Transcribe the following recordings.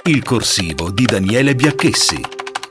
Il corsivo di Daniele Biacchessi.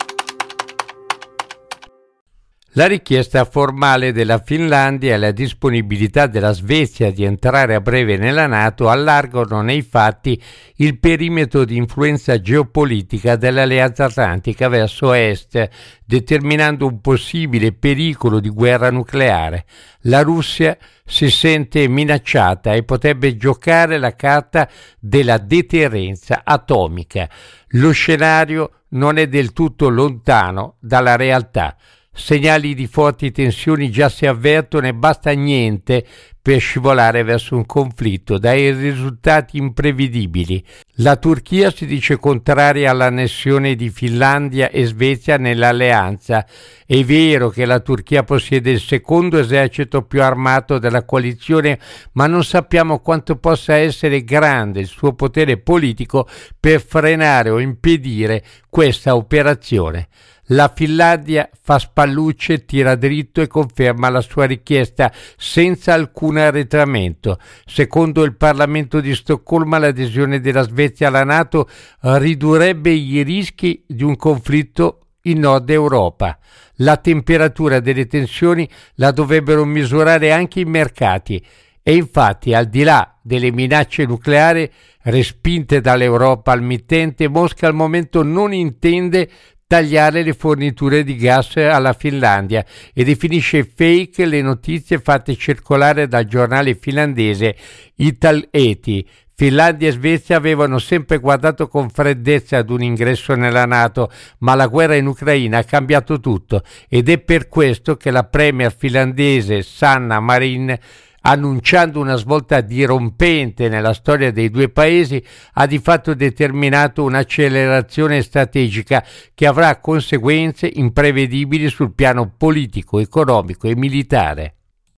La richiesta formale della Finlandia e la disponibilità della Svezia di entrare a breve nella NATO allargano nei fatti il perimetro di influenza geopolitica dell'Alleanza Atlantica verso est, determinando un possibile pericolo di guerra nucleare. La Russia si sente minacciata e potrebbe giocare la carta della deterrenza atomica. Lo scenario non è del tutto lontano dalla realtà. Segnali di forti tensioni già si avvertono e basta niente per scivolare verso un conflitto dai risultati imprevedibili. La Turchia si dice contraria all'annessione di Finlandia e Svezia nell'alleanza. È vero che la Turchia possiede il secondo esercito più armato della coalizione, ma non sappiamo quanto possa essere grande il suo potere politico per frenare o impedire questa operazione. La Finlandia fa spallucce, tira dritto e conferma la sua richiesta senza alcun arretramento. Secondo il Parlamento di Stoccolma, l'adesione della Svezia alla NATO ridurrebbe i rischi di un conflitto in Nord Europa. La temperatura delle tensioni la dovrebbero misurare anche i mercati e infatti, al di là delle minacce nucleari respinte dall'Europa al mittente, Mosca al momento non intende tagliare le forniture di gas alla Finlandia e definisce fake le notizie fatte circolare dal giornale finlandese Iltalehti. Finlandia e Svezia avevano sempre guardato con freddezza ad un ingresso nella NATO, ma la guerra in Ucraina ha cambiato tutto ed è per questo che la premier finlandese Sanna Marin, annunciando una svolta dirompente nella storia dei due paesi, ha di fatto determinato un'accelerazione strategica che avrà conseguenze imprevedibili sul piano politico, economico e militare.